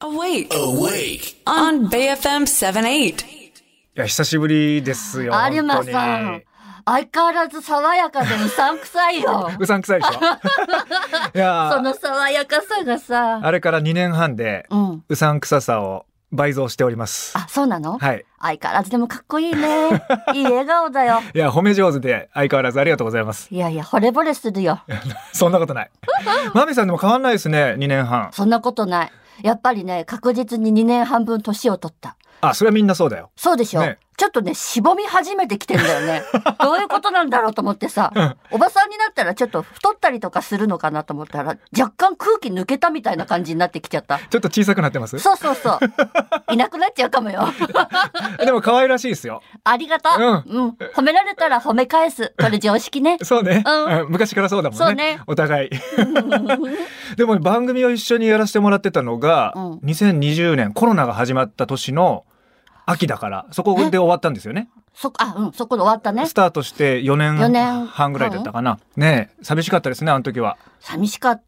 Awake. Awake. On BFM 78. いや、久しぶりですよ。 有馬さん、相変わらず爽やかでうさんくさいよ。 うさんくさいでしょいや、 その爽やかさがさ。 あれから2年半で、うさんくささを倍増しております。 あ、そうなの？ はい。 相変わらずでもかっこいいね。いい笑顔だよ。 いや、褒め上手で相変わらずありがとうございます。 いやいや、惚れ惚れするよ。 そんなことない。マミさんでも変わんないですね、2年半。 そんなことない。やっぱりね、確実に2年半分年を取った。 あ、それはみんなそうだよ。 そうでしょ、 ね、 ちょっとね、しぼみ始めてきてんだよね。どういうことなんだろうと思ってさ、おばさんになったらちょっと太ったりとかするのかなと思ったら、若干空気抜けたみたいな感じになってきちゃった。 ちょっと小さくなってます？ そうそうそう。いなくなっちゃうかもよ。 でも可愛らしいですよ。 ありがとう。褒められたら褒め返す。これ常識ね。 そうね、昔からそうだもんね。 そうね。 お互い。でも番組を一緒にやらせてもらってたのが、2020年コロナが始まった年の秋だから、そこで終わったんですよね。 そこで終わったね。 スタートして4年半ぐらいだったかな。ねえ、寂しかったですね、あの時は。 寂しかった。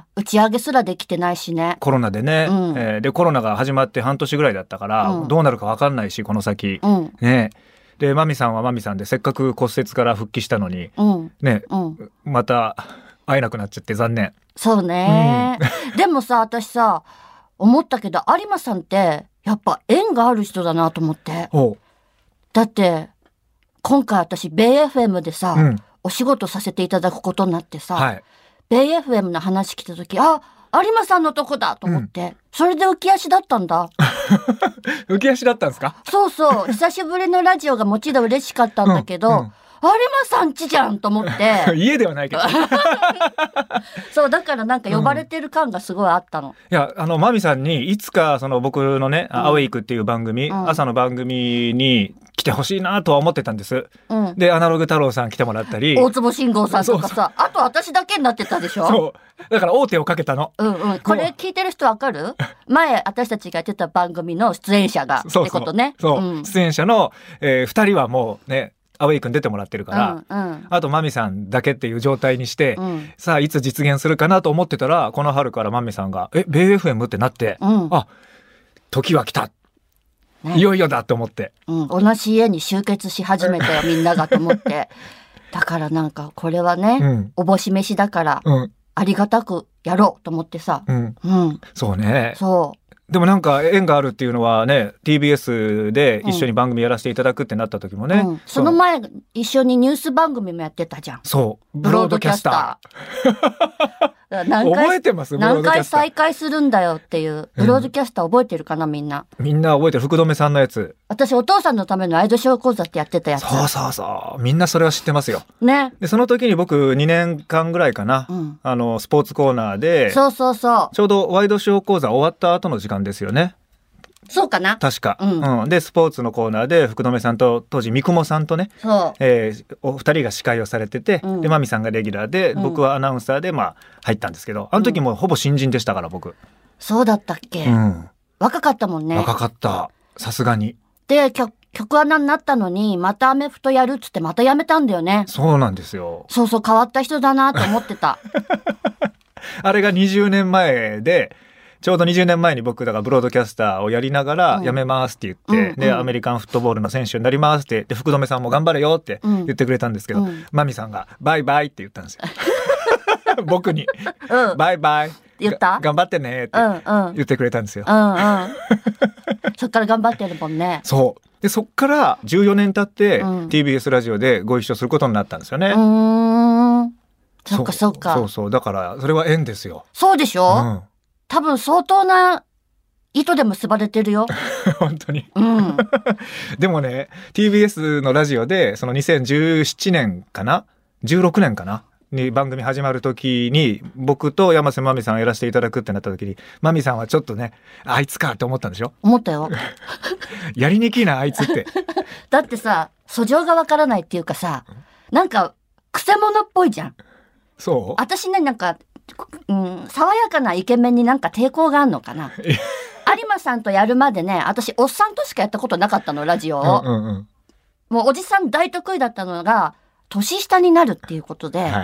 打ち上げすらできてないしね。 コロナでね、でコロナが始まって半年ぐらいだったから、どうなるか分かんないし、この先、ねえ。でマミさんはマミさんでせっかく骨折から復帰したのに、ね、また会えなくなっちゃって残念。 そうね、でもさ、私さ思ったけど、有馬さんってやっぱ縁がある人だなと思って。だって今回私ベイ FM でさ、お仕事させていただくことになってさ、ベイ FM の話来た時、あ、有馬さんのとこだと思って、それで浮き足だったんだ。 浮き足だったんですか？ そうそう、久しぶりのラジオがもちろん嬉しかったんだけど、有馬さん家じゃんと思って家ではないけどそうだからなんか呼ばれてる感がすごいあったの。 いや、マミさんにいつかその僕のね、アウェイクっていう番組、朝の番組に来てほしいなとは思ってたんです、でアナログ太郎さん来てもらったり、 大坪慎吾さんとかさ、あと私だけになってたでしょ。 そうだから大手をかけたの。 これ聞いてる人わかる？前私たちがやってた番組の出演者がってことね。 出演者の、2人はもうねアウェイ君出てもらってるから、あとマミさんだけっていう状態にして、さあいつ実現するかなと思ってたら、この春からマミさんがベイ FM ってなって、あ、時は来た、いよいよだと思って、 同じ家に集結し始めたよみんながと思ってだからなんかこれはね、おぼし飯だから、ありがたくやろうと思ってさ、 そうね。 そうでもなんか縁があるっていうのはね、 TBS で一緒に番組やらせていただくってなった時もね、 その前一緒にニュース番組もやってたじゃん。 そうブロードキャスター覚えてます？ 何回再開するんだよっていうブロードキャスター覚えてるかな、みんな。 みんな覚えてる。福留さんのやつ。 私お父さんのためのアイドショー講座ってやってたやつ。 そうみんなそれは知ってますよね。 でその時に僕2年間ぐらいかな、スポーツコーナーで、 そうちょうどワイドショー講座終わった後の時間ですよね。 そうかな、 確か、でスポーツのコーナーで福留さんと当時三雲さんとね、お二人が司会をされてて、でマミさんがレギュラーで、僕はアナウンサーで入ったんですけど、あの時もほぼ新人でしたから僕。 そうだったっけ、若かったもんね。 若かった、さすがに。 で局アナになったのにまたアメフトやるっつってまたやめたんだよね。 そうなんですよ。 そう変わった人だなと思ってたあれが20年前で、ちょうど20年前に僕だからブロードキャスターをやりながら辞めますって言って、でアメリカンフットボールの選手になりますって、で福留さんも頑張れよって言ってくれたんですけど、マミさんがバイバイって言ったんですよ僕に、バイバイ言った？ 頑張ってねって言ってくれたんですよ。 そっから頑張ってるもんね。 そうでそっから14年経って、TBS ラジオでご一緒することになったんですよね。 そっか。 そうだからそれは縁ですよ。 そうでしょ、多分相当な糸で結ばれてるよ本当に、でもね TBS のラジオでその2017年かな16年かなに番組始まる時に、僕と山瀬まみさんをやらせていただくってなった時に、まみさんはちょっとね、あいつかって思ったんでしょ？ 思ったよやりにくいなあいつってだってさ、素性がわからないっていうかさ、なんかくせ者っぽいじゃん。 そう？ 私ね、なんか爽やかなイケメンになんか抵抗があんのかな有馬さんとやるまでね、私おっさんとしかやったことなかったの、ラジオを、もうおじさん大得意だったのが年下になるっていうことで、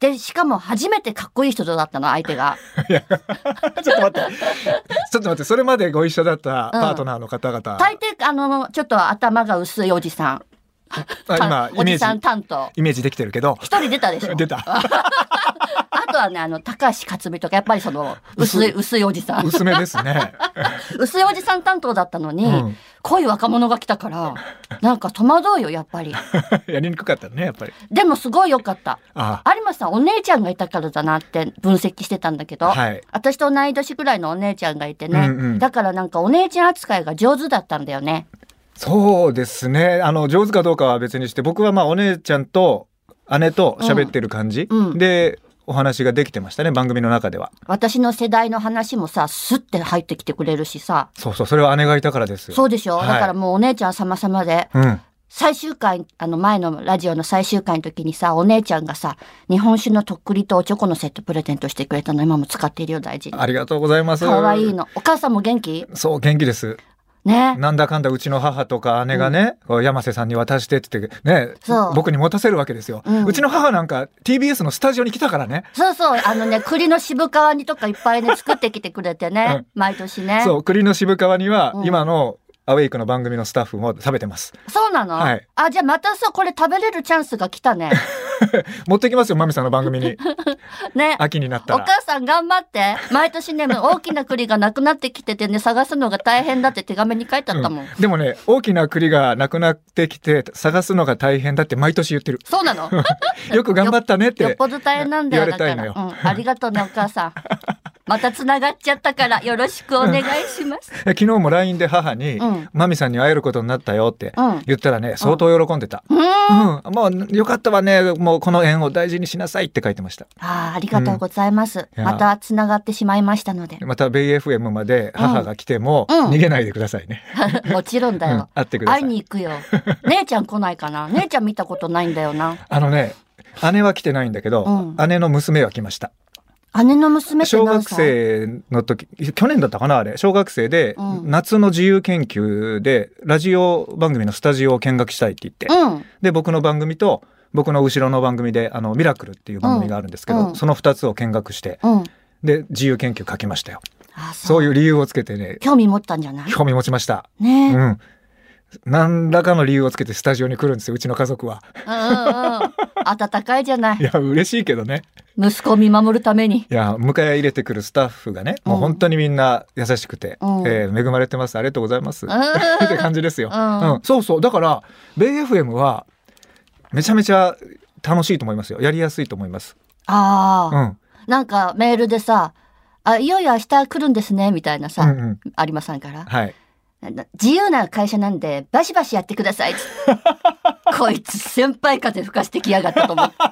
でしかも初めてかっこいい人だったの相手が。 いやちょっと待ってそれまでご一緒だったパートナーの方々、 大抵ちょっと頭が薄いおじさん今おじさん担当イメージできてるけど、 一人出たでしょ。 出たあとはね高橋克実とかやっぱりその薄いおじさん薄めですね薄いおじさん担当だったのに、濃い若者が来たからなんか戸惑うよやっぱりやりにくかったねやっぱり。 でもすごい良かった。 有馬さんお姉ちゃんがいたからだなって分析してたんだけど、 はい、 私と同い年ぐらいのお姉ちゃんがいてね、だからなんかお姉ちゃん扱いが上手だったんだよね。 そうですね、上手かどうかは別にして、僕はまあお姉ちゃんと姉と喋ってる感じ、でお話ができてましたね、番組の中では。私の世代の話もさスッて入ってきてくれるしさ。 そうそれは姉がいたからですよ。 そうでしょ、だからもうお姉ちゃん様々で、最終回前のラジオの最終回の時にさ、お姉ちゃんがさ日本酒のとっくりとおチョコのセットプレゼントしてくれたの、今も使っているよ、大事に。 ありがとうございます。 かわいいの。お母さんも元気？ そう元気ですね。なんだかんだうちの母とか姉がね、山瀬さんに渡してって言ってね、僕に持たせるわけですよ、うちの母なんか TBS のスタジオに来たからね。 そう栗の渋皮煮とかいっぱいね作ってきてくれてね、毎年ね。 そう栗の渋皮煮は今のアウェイクの番組のスタッフも食べてます。 そうなの？はい。じゃあまたこれ食べれるチャンスが来たね持ってきますよ、マミさんの番組にね、秋になったら。 お母さん頑張って。毎年ね大きな栗がなくなってきててね、探すのが大変だって手紙に書いてあったもん、 でもね、大きな栗がなくなってきて探すのが大変だって毎年言ってる。 そうなのよく頑張ったねってよっぽど大変なんだよ。 言われたいのよ、 ありがとうねお母さんまたつながっちゃったからよろしくお願いします、 昨日も LINE で母に、マミさんに会えることになったよって言ったらね、相当喜んでた。もうよかったわね、もうこの縁を大事にしなさいって書いてました。 ありがとうございます、またつながってしまいましたので、 またベイ FM まで母が来ても逃げないでくださいね、 もちろんだよ、 会ってください。 会いに行くよ姉ちゃん来ないかな。姉ちゃん見たことないんだよな。 姉は来てないんだけど、姉の娘は来ました。 姉の娘って小学生の時、去年だったかな、あれ小学生で、夏の自由研究でラジオ番組のスタジオを見学したいって言って、で僕の番組と僕の後ろの番組でミラクルっていう番組があるんですけど、その2つを見学して、で自由研究書きましたよ。そういう理由をつけてね、 興味持ったんじゃない？ 興味持ちましたね。 何らかの理由をつけてスタジオに来るんですよ、うちの家族は。 温かいじゃない。 いや嬉しいけどね、 息子を見守るために。いや迎え入れてくるスタッフがね、もう本当にみんな優しくて、恵まれてます、ありがとうございますって感じですよ。そうだからベイ FM はめちゃめちゃ楽しいと思いますよ。やりやすいと思います。 なんかメールでさ、いよいよ明日来るんですねみたいなさ、有馬さんから、自由な会社なんでバシバシやってくださいこいつ先輩風吹かしてきやがったと思って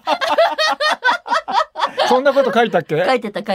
そんなこと書いたっけ？ 書いてた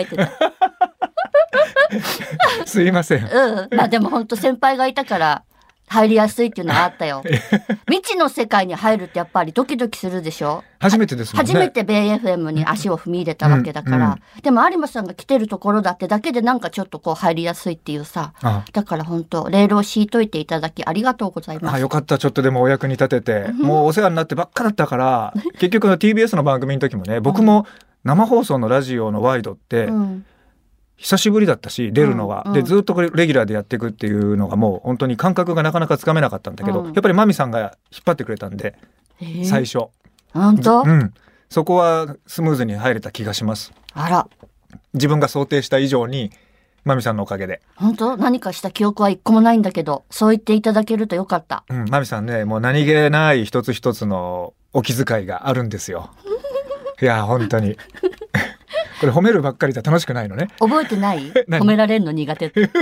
すいません。 でも本当先輩がいたから入りやすいっていうのはあったよ未知の世界に入るってやっぱりドキドキするでしょ。 初めてですもんね。 初めてベイ FM に足を踏み入れたわけだから、でも有馬さんが来てるところだってだけでなんかちょっと入りやすいっていうさ、だから本当レールを敷いといていただきありがとうございます。 よかった、ちょっとでもお役に立ててもうお世話になってばっかだったから結局TBS の番組の時もね、僕も生放送のラジオのワイドって、久しぶりだったし出るのが、でずっとこれレギュラーでやっていくっていうのがもう本当に感覚がなかなかつかめなかったんだけど、やっぱりマミさんが引っ張ってくれたんで、最初本当、 そこはスムーズに入れた気がします。 あら、 自分が想定した以上にマミさんのおかげで。 本当、何かした記憶は一個もないんだけど、そう言っていただけるとよかった。 マミさんね、もう何気ない一つ一つのお気遣いがあるんですよいや本当にこれ褒めるばっかりじゃ楽しくないのね。 覚えてない？褒められるの苦手って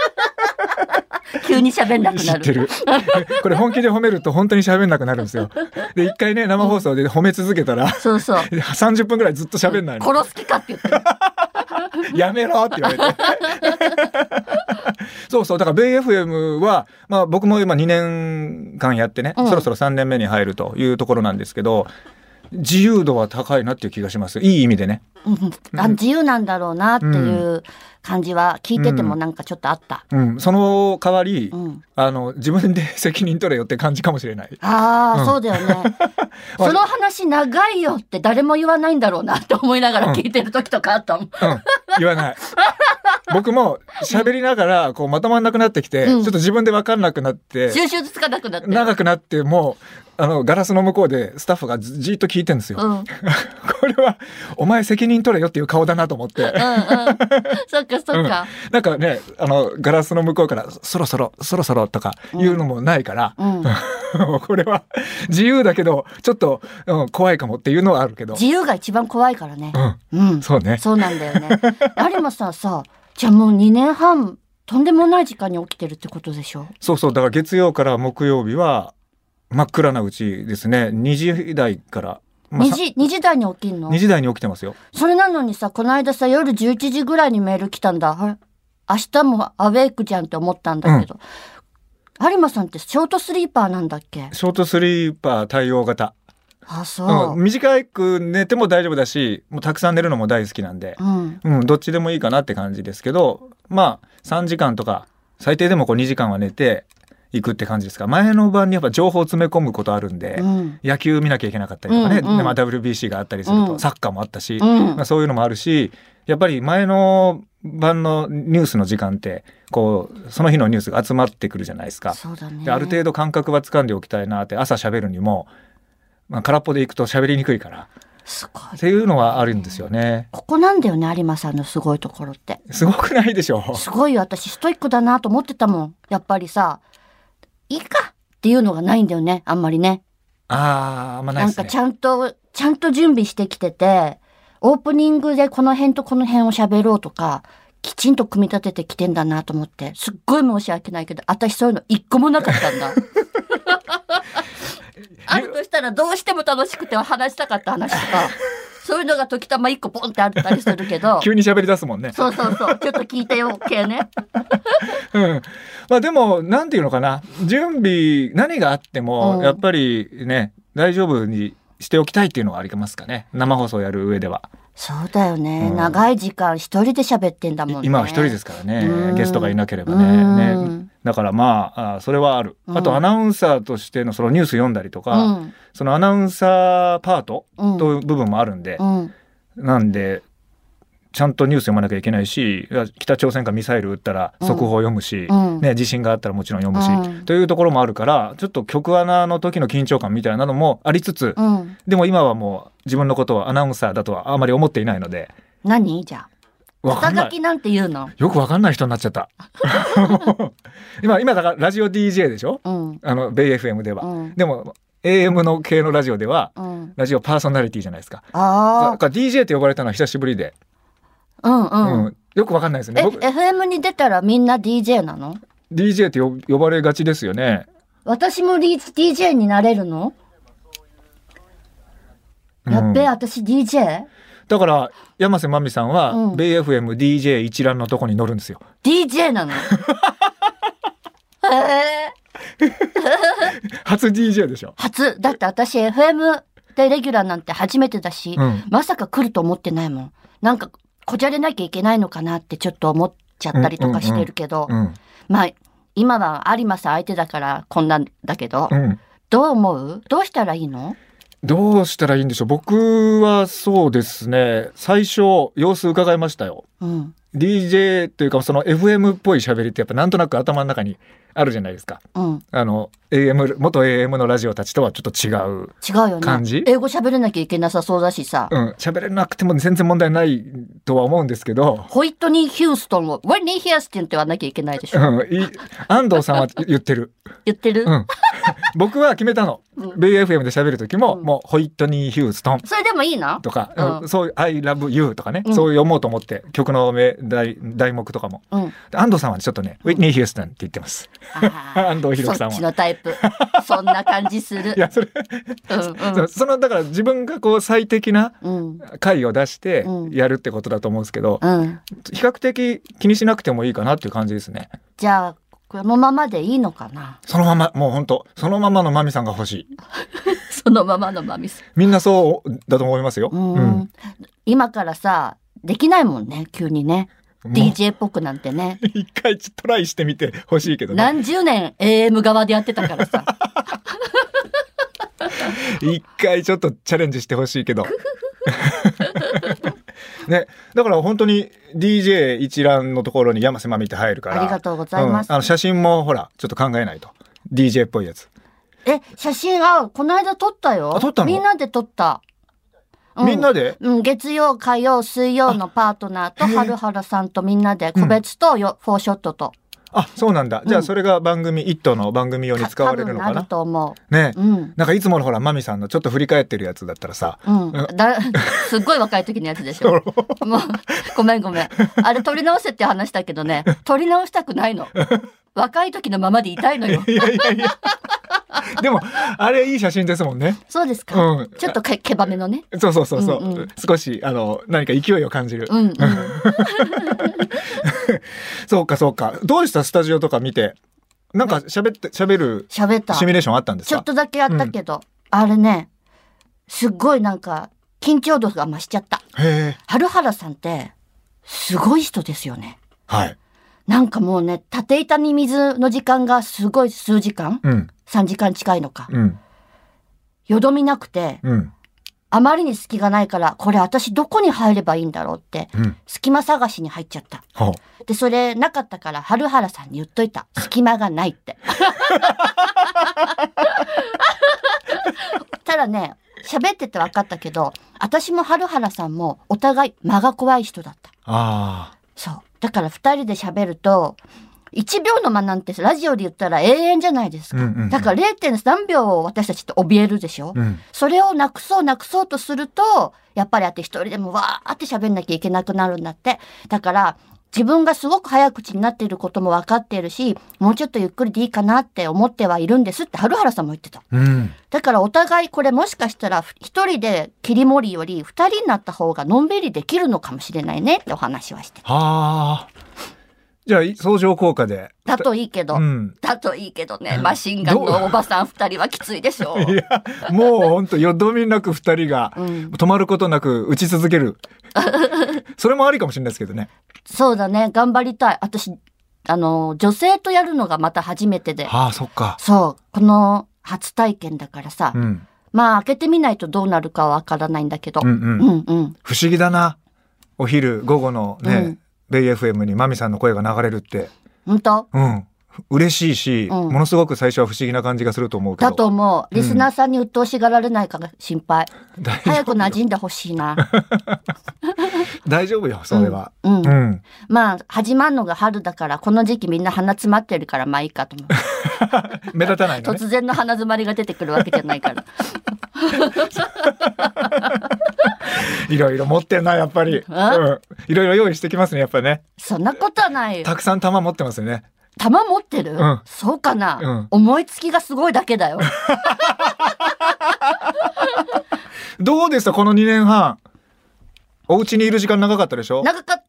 急に喋んなくなる。 知ってるこれ本気で褒めると本当に喋んなくなるんですよ。で一回ね生放送で褒め続けたら、30分ぐらいずっと喋んないの。 殺す気かって言ってるやめろって言われてそうだからベイ FM は、僕も今2年間やってね、そろそろ3年目に入るというところなんですけど、 自由度は高いなっていう気がします。いい意味でね。 自由なんだろうなっていう感じは聞いててもなんかちょっとあった。 その代わり、自分で責任取れよって感じかもしれない。 そうだよね。その話長いよって誰も言わないんだろうなって思いながら聞いてる時とかあったもん。 言わない。僕も喋りながらこうまとまんなくなってきて、ちょっと自分で分かんなくなって収集つかなくなって長くなって、もうガラスの向こうでスタッフがじっと聞いてるんですよ。これはお前責任取れよっていう顔だなと思って。 そっかそっか。 なんかねガラスの向こうからそろそろとかいうのもないから、これは自由だけどちょっと、怖いかもっていうのはあるけど。 自由が一番怖いからね。 そうね。 そうなんだよね。有馬さんさ、じゃあもう2年半とんでもない時間に起きてるってことでしょ。 そうだから月曜から木曜日は真っ暗なうちですね。2時台から、 2時台に起きんの ？2時台に起きてますよ。 それなのにさ、この間さ夜11時ぐらいにメール来たんだ。明日もアウェイクじゃんって思ったんだけど、有馬さんってショートスリーパーなんだっけ？ ショートスリーパー対応型。 そう、 短く寝ても大丈夫だし、もうたくさん寝るのも大好きなんで、どっちでもいいかなって感じですけど、3時間とか最低でも2時間は寝ていくって感じですか。前の晩にやっぱ情報を詰め込むことあるんで、野球見なきゃいけなかったりとかね、WBC があったりすると、サッカーもあったし、そういうのもあるし、やっぱり前の晩のニュースの時間ってこうその日のニュースが集まってくるじゃないですか。 そうだね。 である程度感覚は掴んでおきたいなって、朝喋るにも空っぽで行くと喋りにくいからすごいっていうのはあるんですよね。 ここなんだよね、有馬さんのすごいところって。 すごくないでしょ。 すごいよ。私ストイックだなと思ってたもん。やっぱりさ、いいかっていうのがないんだよね、あんまりね。 あんまないですね。 なんかちゃんと準備してきてて、オープニングでこの辺とこの辺を喋ろうとかきちんと組み立ててきてんだなと思って、すっごい申し訳ないけど私そういうの一個もなかったんだ。あるとしたらどうしても楽しくて話したかった話とかそういうのが時たま一個ポンってあったりするけど急に喋り出すもんね。 そうちょっと聞いてよ系ね。 でもなんていうのかな、準備何があってもやっぱりね、大丈夫にしておきたいっていうのはありますかね、生放送やる上では。 そうだよね、長い時間一人で喋ってんだもんね。 今は一人ですからね、ゲストがいなければね。だからそれはある。あとアナウンサーとしてのそのニュース読んだりとか、そのアナウンサーパートという部分もあるんで、なんでちゃんとニュース読まなきゃいけないし、北朝鮮がミサイル撃ったら速報を読むし、地震があったらもちろん読むし、というところもあるから、ちょっと局アナの時の緊張感みたいなのもありつつ、でも今はもう自分のことをアナウンサーだとはあまり思っていないので。 何じゃあ肩書きなんて言うの？ よくわかんない人になっちゃった。今だからラジオ DJ でしょ、ベイ FM では、でも AM の系のラジオでは、ラジオパーソナリティじゃないですか。だから DJ って呼ばれたのは久しぶりで、よくわかんないですね。 FM に出たらみんな DJ なの？ DJ って呼ばれがちですよね。 私もDJ になれるの？やっべえ、私 DJ？ だから山瀬まみさんは、ベイ FM DJ 一覧のとこに乗るんですよ。 DJ なの？ 初 DJ でしょ。 初だって私 FM でレギュラーなんて初めてだし、まさか来ると思ってないもん。なんかこじゃれなきゃいけないのかなってちょっと思っちゃったりとかしてるけど、今は有馬さん相手だからこんなんだけど、どう思う？どうしたらいいの？ どうしたらいいんでしょう。僕はそうですね、最初様子伺いましたよ。DJ というかその FM っぽい喋りってやっぱなんとなく頭の中にあるじゃないですか。AM 元 AM のラジオたちとはちょっと違う感じ。 違うよね。英語喋れなきゃいけなさそうだしさ。 喋れなくても全然問題ないとは思うんですけど。 ホイットニー・ヒューストンをウェニー・ヒューストンって言わなきゃいけないでしょ。 安藤さんは言ってる。 言ってる？ 僕は決めたの。ベイ FM で喋る時も、もうホイットニー・ヒューストン。 それでもいいの？ とか、そういう I love you とかね、そう読もうと思って曲の題目とかも。安藤さんはちょっとね、ウィッニー・ヒューストンって言ってます。安藤弘樹さんは。 そっちのタイプ。そんな感じする。 いやそれだから自分がこう最適な回を出してやるってことだと思うんですけど、比較的気にしなくてもいいかなっていう感じですね。 じゃあこのままでいいのかな？ そのまま、もう本当そのままのマミさんが欲しい。 そのままのマミさん。 みんなそうだと思いますよ。うん。 今からさ、できないもんね、急にね。DJ っぽくなんてね。 一回トライしてみてほしいけどね。 何十年 AM 側でやってたからさ。 一回ちょっとチャレンジしてほしいけど。ね、だから本当に DJ 一覧のところに山瀬まみって入るから。 ありがとうございます。 写真もほらちょっと考えないと。DJ っぽいやつ。 写真この間撮ったよ。 撮ったの？ みんなで撮った。 みんなで？ 月曜、火曜、水曜のパートナーと春原さんとみんなで個別とフォーショットと。 そうなんだ。じゃあそれが番組、イットの番組用に使われるのかな。 多分なると思う。 ね、なんかいつものほらマミさんのちょっと振り返ってるやつだったらさ、 すっごい若い時のやつでしょ。もうごめん。あれ撮り直せって話だけどね、撮り直したくないの。若い時のままでいたいのよ。 いやでもあれいい写真ですもんね。 そうですか。ちょっとけばめのね。 そう、少し何か勢いを感じる。そうか。どうでした？スタジオとか見て。なんか喋るシミュレーションあったんですか？ ちょっとだけやったけど、あれね、すっごいなんか緊張度が増しちゃった。春原さんってすごい人ですよね。 はい。 なんかもうね、縦板に水の時間がすごい数時間、3時間近いのか。よどみなくて、あまりに隙がないから、これ私どこに入ればいいんだろうって、隙間探しに入っちゃった。で、それなかったから春原さんに言っといた。隙間がないって。ただね、喋ってて分かったけど、私も春原さんもお互い間が怖い人だった。そう。だから2人で喋ると、1秒の間なんてラジオで言ったら永遠じゃないですか。だから 0. 何秒を私たちって怯えるでしょ、それをなくそうとすると、やっぱり一人でもわーって喋んなきゃいけなくなるんだって。だから自分がすごく早口になっていることも分かっているし、もうちょっとゆっくりでいいかなって思ってはいるんですって春原さんも言ってた。だからお互いこれもしかしたら一人で切り盛りより二人になった方がのんびりできるのかもしれないねってお話はしてた。 じゃあ相乗効果でだといいけど、ね、マシンガンのおばさん2人はきついでしょう。 いやもうほんとよどみなく2人が止まることなく打ち続ける、それもありかもしれないですけどね。 そうだね、頑張りたい。私女性とやるのがまた初めてで、 そっか。 そうこの初体験だからさ、まあ開けてみないとどうなるかはわからないんだけど、不思議だな。お昼午後のね、ベイ FM にマミさんの声が流れるって。 本当？ 嬉しいし、ものすごく最初は不思議な感じがすると思うけど。 だと思う。リスナーさんに鬱陶しがられないかが心配。早く馴染んでほしいな。 大丈夫よ、それは。 まあ始まるのが春だから、この時期みんな鼻詰まってるからまあいいかと思う。 目立たないのね。 突然の鼻詰まりが出てくるわけじゃないから。 いろいろ持ってるな、やっぱり。いろいろ用意してきますね、やっぱね。 そんなことはないよ。 たくさん玉持ってますよね。 玉持ってる？そうかな、思いつきがすごいだけだよ。 どうでしたこの2年半。お家にいる時間長かったでしょ？ 長かった、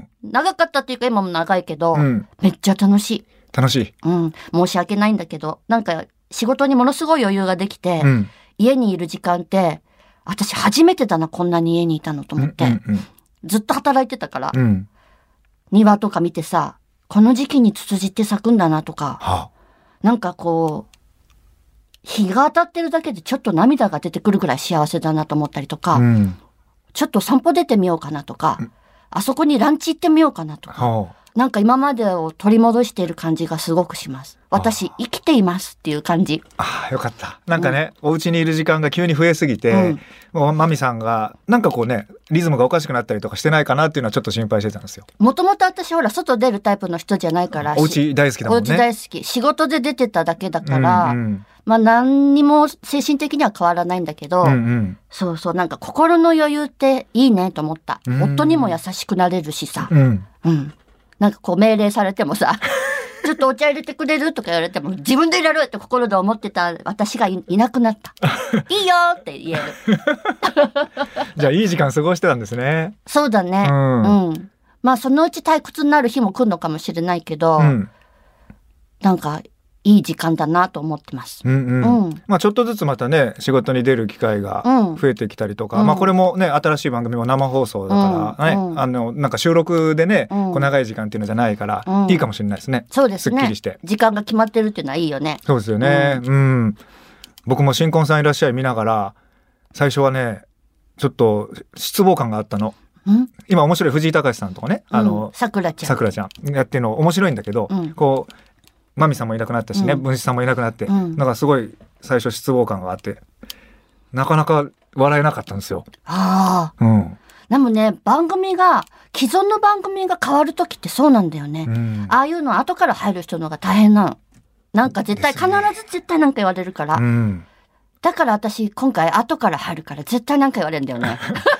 長かったっていうか今も長いけど、めっちゃ楽しい。 楽しい。 申し訳ないんだけど、なんか仕事にものすごい余裕ができて、家にいる時間って私初めてだな、こんなに家にいたのと思って、ずっと働いてたから、庭とか見てさ、この時期にツツジって咲くんだなとか、なんかこう日が当たってるだけでちょっと涙が出てくるぐらい幸せだなと思ったりとか、ちょっと散歩出てみようかなとか、あそこにランチ行ってみようかなとか、なんか今までを取り戻している感じがすごくします。私生きていますっていう感じ。 よかった。なんかね、お家にいる時間が急に増えすぎて、もうマミさんがなんかこうね、リズムがおかしくなったりとかしてないかなっていうのはちょっと心配してたんですよ。 もともと私ほら外出るタイプの人じゃないから、 お家大好きだもんね。 お家大好き。仕事で出てただけだから、まあ何にも精神的には変わらないんだけど、そうそう、なんか心の余裕っていいねと思った。夫にも優しくなれるしさ、なんかこう命令されてもさ、ちょっとお茶入れてくれるとか言われても自分で入れるって心で思ってた私が いなくなった。いいよって言える。 じゃあいい時間過ごしてたんですね。 そうだね。まあそのうち退屈になる日も来るのかもしれないけど、なんかいい時間だなと思ってます。 うんうん。まあちょっとずつまたね仕事に出る機会が増えてきたりとか、まあこれもね新しい番組も生放送だからね、なんか収録でね、こう長い時間っていうのじゃないから、いいかもしれないですね。 そうですね。 すっきりして時間が決まってるっていうのはいいよね。 そうですよね。僕も新婚さんいらっしゃい見ながら最初はねちょっと失望感があったの。今面白い藤井隆さんとかね、 さくらちゃんやってるの面白いんだけど、こうマミさんもいなくなったしね、文枝さんもいなくなって、なんかすごい最初失望感があってなかなか笑えなかったんですよ。でもね既存の番組が変わる時ってそうなんだよね。ああいうの後から入る人の方が大変なの。なんか絶対必ず絶対なんか言われるから、だから私今回後から入るから絶対なんか言われるんだよね。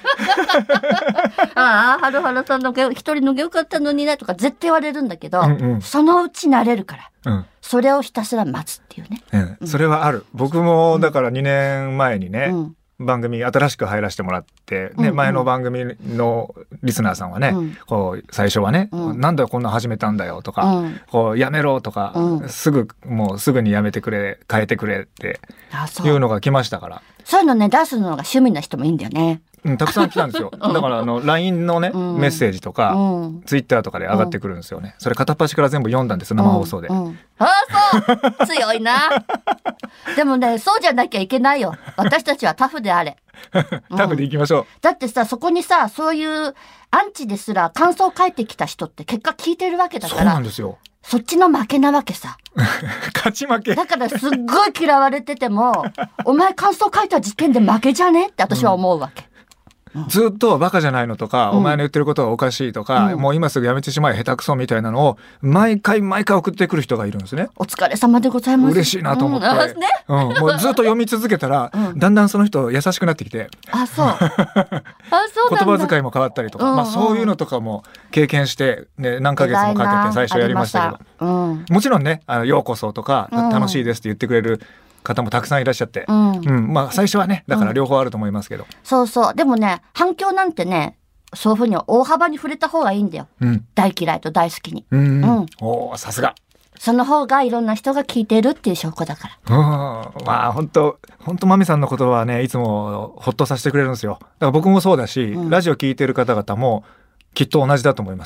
ああ、はるはるさんの一人のげよかったのにねとか絶対言われるんだけど、そのうち慣れるから、それをひたすら待つっていうね。それはある。僕もだから2年前にね、番組新しく入らせてもらって、ね、前の番組のリスナーさんはね、こう最初はね、なんだよこんな始めたんだよとか、こうやめろとか、すぐにやめてくれ変えてくれっていうのが来ましたから。 そういうのね出すのが趣味な人もいいんだよね。 たくさん来たんですよ。だからLINE のね、メッセージとか、Twitter とかで上がってくるんですよね。それ片っ端から全部読んだんです生放送で。 そう強いな。でもねそうじゃなきゃいけないよ。私たちはタフであれ。 タフでいきましょう。 だってさそこにさそういうアンチですら感想を書いてきた人って結果聞いてるわけだから。 そうなんですよ。 そっちの負けなわけさ。 勝ち負け。 だからすっごい嫌われててもお前感想書いた時点で負けじゃねって私は思うわけ。 ずっとバカじゃないのとか、お前の言ってることがおかしいとか、もう今すぐやめてしまえ下手くそみたいなのを毎回送ってくる人がいるんですね。 お疲れ様でございます。 嬉しいなと思って、もうずっと読み続けたら、だんだんその人優しくなってきて、 そうなんだ。 言葉遣いも変わったりとか、そういうのとかも経験して、ね、何ヶ月もかけて最初やりましたけど、もちろんねようこそとか、楽しいですって言ってくれる方もたくさんいらっしゃって、まあ最初はねだから両方あると思いますけど、 そうでもね反響なんてねそういうふうに大幅に触れた方がいいんだよ、大嫌いと大好きに。 おさすが。 その方がいろんな人が聞いてるっていう証拠だから。 まあ本当マミさんの言葉はねいつもほっとさせてくれるんですよ。だから僕もそうだし、ラジオ聞いてる方々もきっと同じだと思います。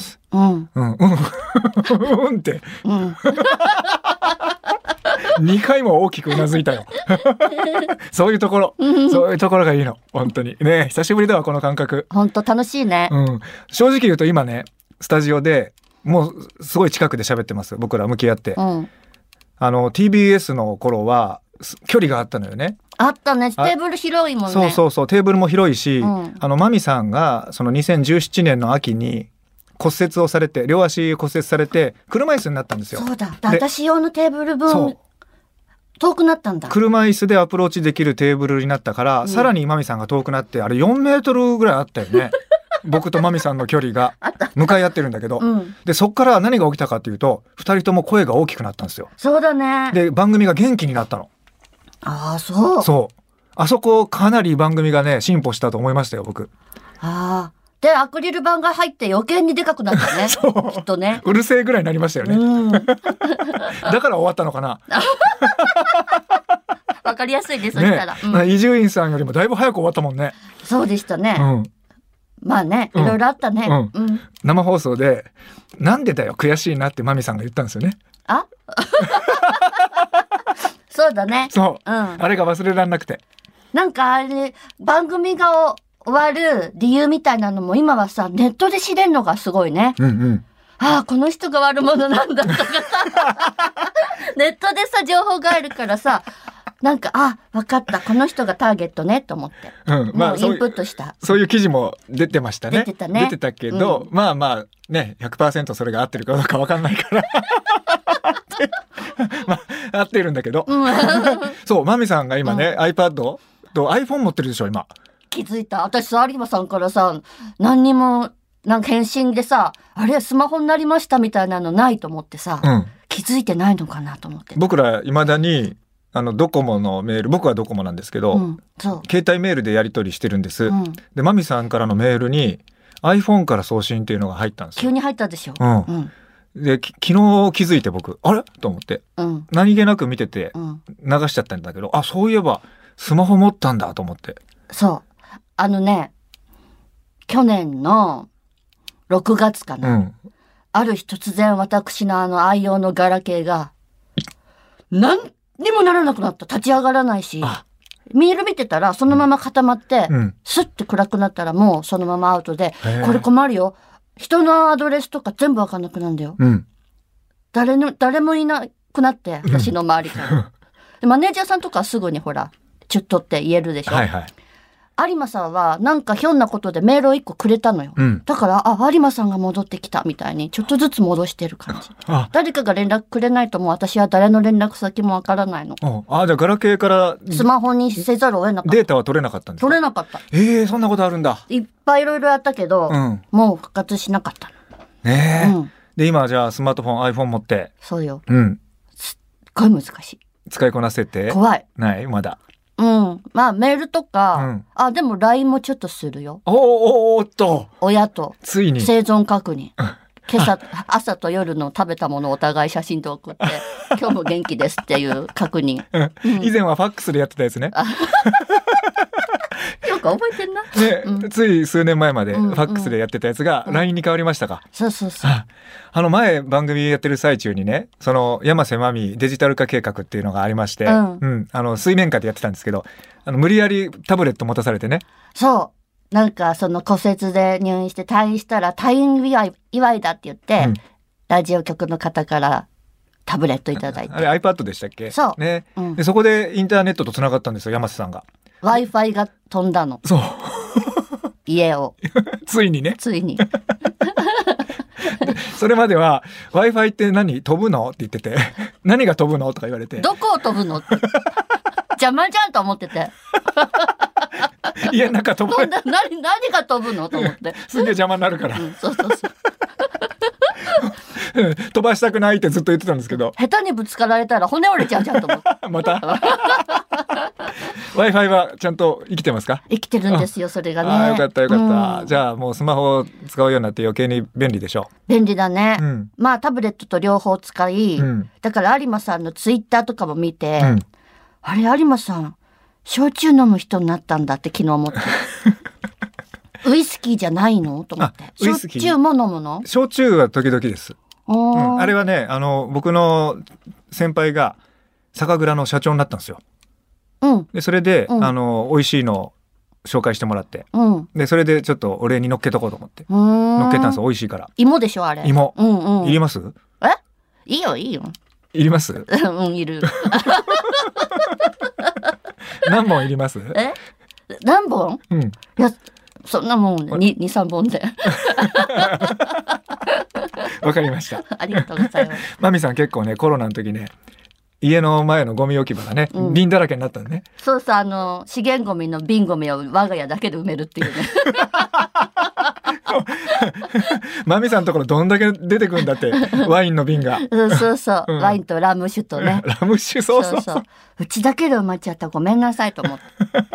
って2回も大きくうなずいたよ。そういうところがいいの本当にね。久しぶりだわこの感覚。 本当楽しいね。 正直言うと今ねスタジオでもうすごい近くで喋ってます。僕ら向き合って、TBS の頃は距離があったのよね。 あったね。テーブル広いもんね。 そうテーブルも広いし、マミさんがその2017年の秋に骨折をされて両足骨折されて車椅子になったんですよ。 そうだ。私用のテーブル分遠くなったんだ。 車椅子でアプローチできるテーブルになったから、さらにマミさんが遠くなってあれ4メートルぐらいあったよね。僕とマミさんの距離が向かい合ってるんだけど、でそっから何が起きたかっていうと2人とも声が大きくなったんですよ。 そうだね。 で番組が元気になったの。そうあそこかなり番組がね進歩したと思いましたよ僕。 でアクリル板が入って余計にでかくなったね。きっとねうるせえぐらいになりましたよね。だから終わったのかな。 わかりやすいです。そしたら伊集院さんよりもだいぶ早く終わったもんね。 そうでしたね。まあねいろいろあったね。 生放送でなんでだよ悔しいなってマミさんが言ったんですよね。 そうだね。 あれが忘れられなくて、 なんかあれ番組が終わる理由みたいなのも今はさネットで知れるのがすごいね。この人が悪者なんだとかさネットでさ情報があるからさなんか分かったこの人がターゲットねと思って、もうインプットした。 そういう記事も出てましたね。出てたけど、まあね 100% それが合ってるかどうか分かんないから合ってるんだけど、そうマミさんが今ね、iPad と iPhone 持ってるでしょ今。 気づいた。私さ有馬さんからさ何にもなんか返信でさあれスマホになりましたみたいなのないと思ってさ、気づいてないのかなと思って。 僕ら未だにドコモのメール、僕はドコモなんですけど、携帯メールでやり取りしてるんです、でマミさんからのメールに iPhone から送信っていうのが入ったんですよ。 急に入ったでしょ。 で昨日気づいて僕あれと思って、何気なく見てて流しちゃったんだけど、そういえばスマホ持ったんだと思って。 そう去年の6月かな、ある日突然私の愛用のガラケーが何にもならなくなった。立ち上がらないし、メール見てたらそのまま固まって、スッて暗くなったらもうそのままアウトで、これ困るよ。人のアドレスとか全部わかんなくなるんだよ。誰もいなくなって、私の周りから。でマネージャーさんとかはすぐにほら、チュッとって言えるでしょ。有馬さんはなんかひょんなことでメールを1個くれたのよ。だから有馬さんが戻ってきたみたいにちょっとずつ戻してる感じ。誰かが連絡くれないともう私は誰の連絡先もわからないの。 じゃあガラケーからスマホにせざるを得なかった。 データは取れなかったんですか？ 取れなかった。 そんなことあるんだ。 いっぱいいろいろやったけど、もう復活しなかったの。で今じゃあスマートフォン iPhone 持って。 そうよ。すっごい難しい。 使いこなせて怖い。 ないまだ。 まあメールとか、でも LINE もちょっとするよ。親とついに生存確認。朝と夜の食べたものをお互い写真で送って今日も元気ですっていう確認。 以前はファックスでやってたやつね。 よく覚えてんな。 つい数年前までファックスでやってたやつが LINE に変わりましたか？ そう。 前番組やってる最中にね、その山瀬まみデジタル化計画っていうのがありまして、水面下でやってたんですけど、無理やりタブレット持たされてね。 そうなんかその骨折で入院して退院したら退院祝いだって言って、ラジオ局の方からタブレットいただいて。 あれ iPad でしたっけ？ そうね。でそこでインターネットとつながったんですよ、山瀬さんが。 Wi-Fi が飛んだの。 そう。 家を。 ついにね。 ついに。 それまでは Wi-Fi って何飛ぶのって言ってて、何が飛ぶのとか言われて。 どこを飛ぶのって。邪魔じゃんと思ってて。 家の中飛ぶ。 何が飛ぶのと思って。 すげえ邪魔になるから。 そう。 飛ばしたくないってずっと言ってたんですけど、 下手にぶつかられたら骨折れちゃうじゃんと思ってまたWi-Fi はちゃんと生きてますか？ 生きてるんですよ、それがね。 よかった、じゃあもうスマホを使うようになって余計に便利でしょう。 便利だね、まあタブレットと両方使い、だから有馬さんのツイッターとかも見て、あれ有馬さん焼酎飲む人になったんだって昨日思ってウイスキーじゃないのと思って。焼酎も飲むの？ 焼酎は時々です。あれはね、僕の先輩が酒蔵の社長になったんですよ。でそれで、美味しいのを紹介してもらって、でそれでちょっとお礼に乗っけとこうと思って乗っけたんですよ。美味しいから。 芋でしょあれ。 芋、いります？ いいよいります？ いる何本いります？ 何本？いやそんなもん2、3本でわかりました。 ありがとうございます。 マミさん結構ね、コロナの時ね、家の前のゴミ置き場がね、瓶だらけになったね。 そう資源ゴミの瓶ゴミを我が家だけで埋めるっていうねマミさんのところどんだけ出てくるんだってワインの瓶が。 そう、ワインとラム酒とね。 ラム酒、そううちだけで埋まっちゃった、ごめんなさいと思って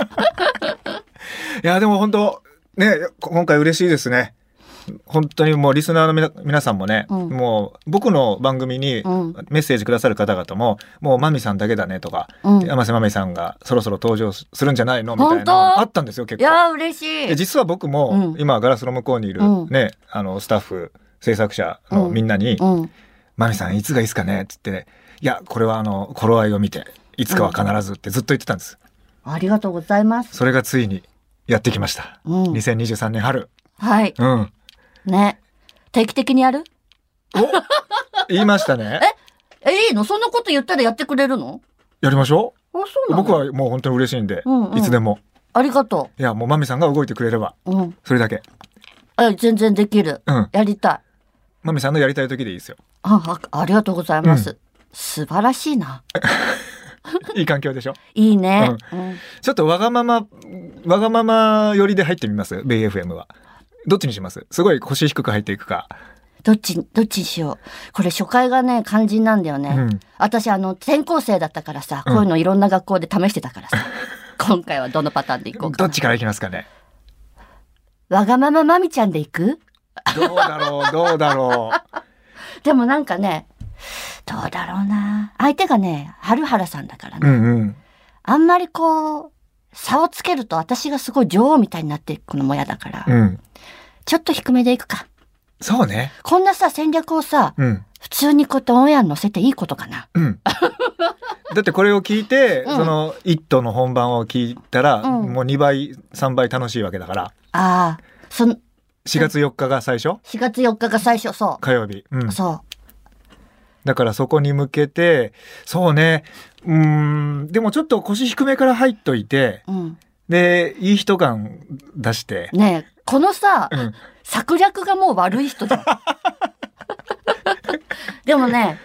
いやでも本当ね、今回嬉しいですね。本当にもうリスナーの皆さんもね、もう僕の番組にメッセージくださる方々も、もうマミさんだけだねとか、山瀬まみさんがそろそろ登場するんじゃないのみたいなのあったんですよ。結構。 いや嬉しい。 実は僕も、今ガラスの向こうにいるね、スタッフ制作者のみんなに、マミさんいつがいいですかねって言って、いやこれは頃合いを見ていつかは必ずってずっと言ってたんです。 ありがとうございます。 それがついにやってきました。2023年春。 はい。ね、定期的にやる？ 言いましたね。 いいの？そんなこと言ったらやってくれるの？ やりましょう。 そうなの？ 僕はもう本当に嬉しいんで、いつでも。ありがとう。いやもうマミさんが動いてくれれば、それだけ。 全然できる。やりたい。 マミさんのやりたい時でいいですよ。 ありがとうございます。素晴らしいな。 いい環境でしょ。 いいね。 ちょっとわがまま寄りで入ってみます。ベイ FM は。どっちにします？すごい腰低く入っていくか。 どっちにしよう。これ初回がね肝心なんだよね。私転校生だったからさ、こういうのいろんな学校で試してたからさ。今回はどのパターンでいこうかな。 どっちからいきますかね。 わがまままみちゃんでいく？ どうだろう。 でもなんかね、どうだろうな。相手がね、春原さんだからね。 うんうん。 あんまりこう、差をつけると私がすごい女王みたいになっていくのも嫌だから、 うん。 ちょっと低めでいくか。 そうね。 こんなさ、戦略をさ、 うん。 普通にこうやってオンエアに載せていいことかな。 うん。だってこれを聞いて、 うんその「イット!」の本番を聞いたら、 うんもう2倍3倍楽しいわけだから。 ああ、 4月4日が最初 4月4日が最初、そう。 火曜日。うん。 そだからそこに向けて、そうね。でもちょっと腰低めから入っといて、 う。うん。 で、いい人感出して。 ねえ、このさ、 うん。 策略がもう悪い人じゃん。でもね、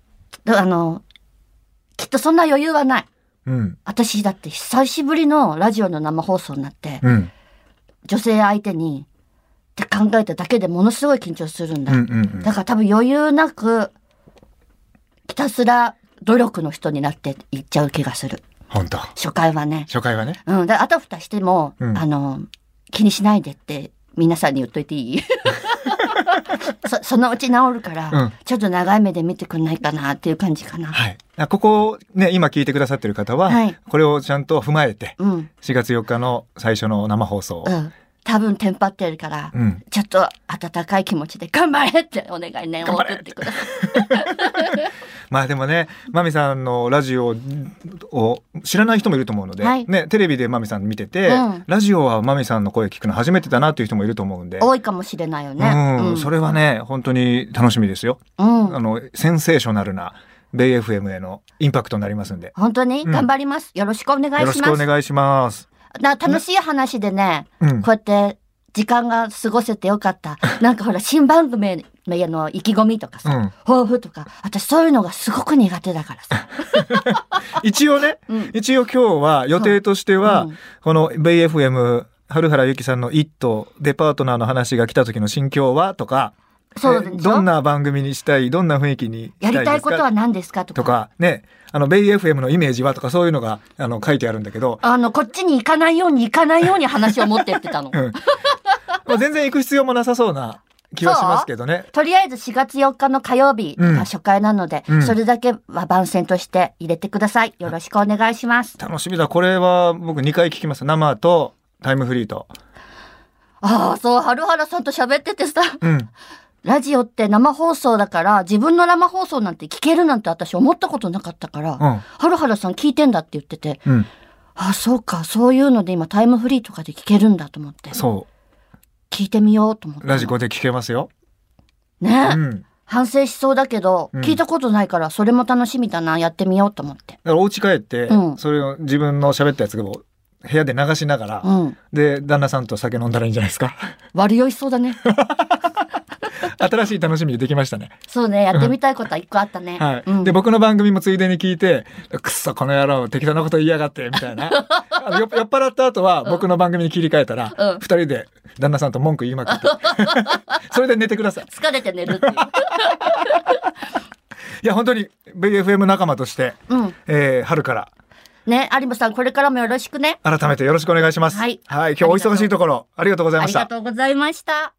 きっとそんな余裕はない。 うん。 私だって久しぶりのラジオの生放送になって、 うん。 女性相手にって考えただけでものすごい緊張するんだ。 うんうんうんだから多分余裕なく、ひたすら努力の人になっていっちゃう気がする。 本当。 初回はね。 初回はね。 うん。で、あたふたしても、 うん気にしないでって皆さんに言っといていいそのうち治るから、 うん、 ちょっと長い目で見てくんないかなっていう感じかな。 はい。ここね、今聞いてくださってる方は、 はい、 これをちゃんと踏まえて、 うん、 4月4日の最初の生放送。 うん。多分テンパってるから、 うん、 ちょっと温かい気持ちで頑張れってお願いね、送ってください。 まあでもね、マミさんのラジオを知らない人もいると思うので、 はい、 ね、テレビでマミさん見てて、うん、ラジオはマミさんの声聞くの初めてだなっていう人もいると思うんで。 多いかもしれないよね。 それはね、本当に楽しみですよ。センセーショナルなベイ FM へのインパクトになりますんで。 本当に頑張ります。よろしくお願いします。 よろしくお願いします。 楽しい話でね、こうやって時間が過ごせてよかった。なんかほら、新番組への意気込みとかさ、抱負とか、私そういうのがすごく苦手だからさ。 一応ね、一応今日は予定としては、このベイ FM、春原由紀さんのイットでパートナーの話が来た時の心境はとか、どんな番組にしたい、どんな雰囲気にしたいですか、 やりたいことは何ですかとかね、ベイ FM のイメージはとかそういうのが書いてあるんだけど、 こっちに行かないように話を持ってってたの。 全然行く必要もなさそうな気はしますけどね。 とりあえず4月4日の火曜日が初回なので、それだけは番宣として入れてください。よろしくお願いします。 楽しみだ。これは僕2回聞きます。生とタイムフリーと。 ああ、そう、春原さんと喋っててさ、ラジオって生放送だから自分の生放送なんて聞けるなんて私思ったことなかったから、春原さん聞いてんだって言ってて、ああ、そうか、そういうので今タイムフリーとかで聞けるんだと思って。 そう。 聞いてみようと思って。 ラジコで聞けますよ。 ね、反省しそうだけど、聞いたことないからそれも楽しみだな、やってみようと思って。 だからお家帰って、それを自分の喋ったやつを部屋で流しながら、で旦那さんと酒飲んだらいいんじゃないですか。 悪酔いしそうだね。 新しい楽しみでできましたね。 そうね、やってみたいことは一個あったね。 はい。で僕の番組もついでに聞いて、くっそこの野郎適当なこと言いやがってみたいな。酔っ払った後は僕の番組に切り替えたら、2人で旦那さんと文句言いまくってそれで寝てください。 疲れて寝るっていう。 いや本当にベイ FM 仲間として、春からね、有馬さんこれからもよろしくね。 改めてよろしくお願いします。はい、今日お忙しいところありがとうございました。 ありがとうございました。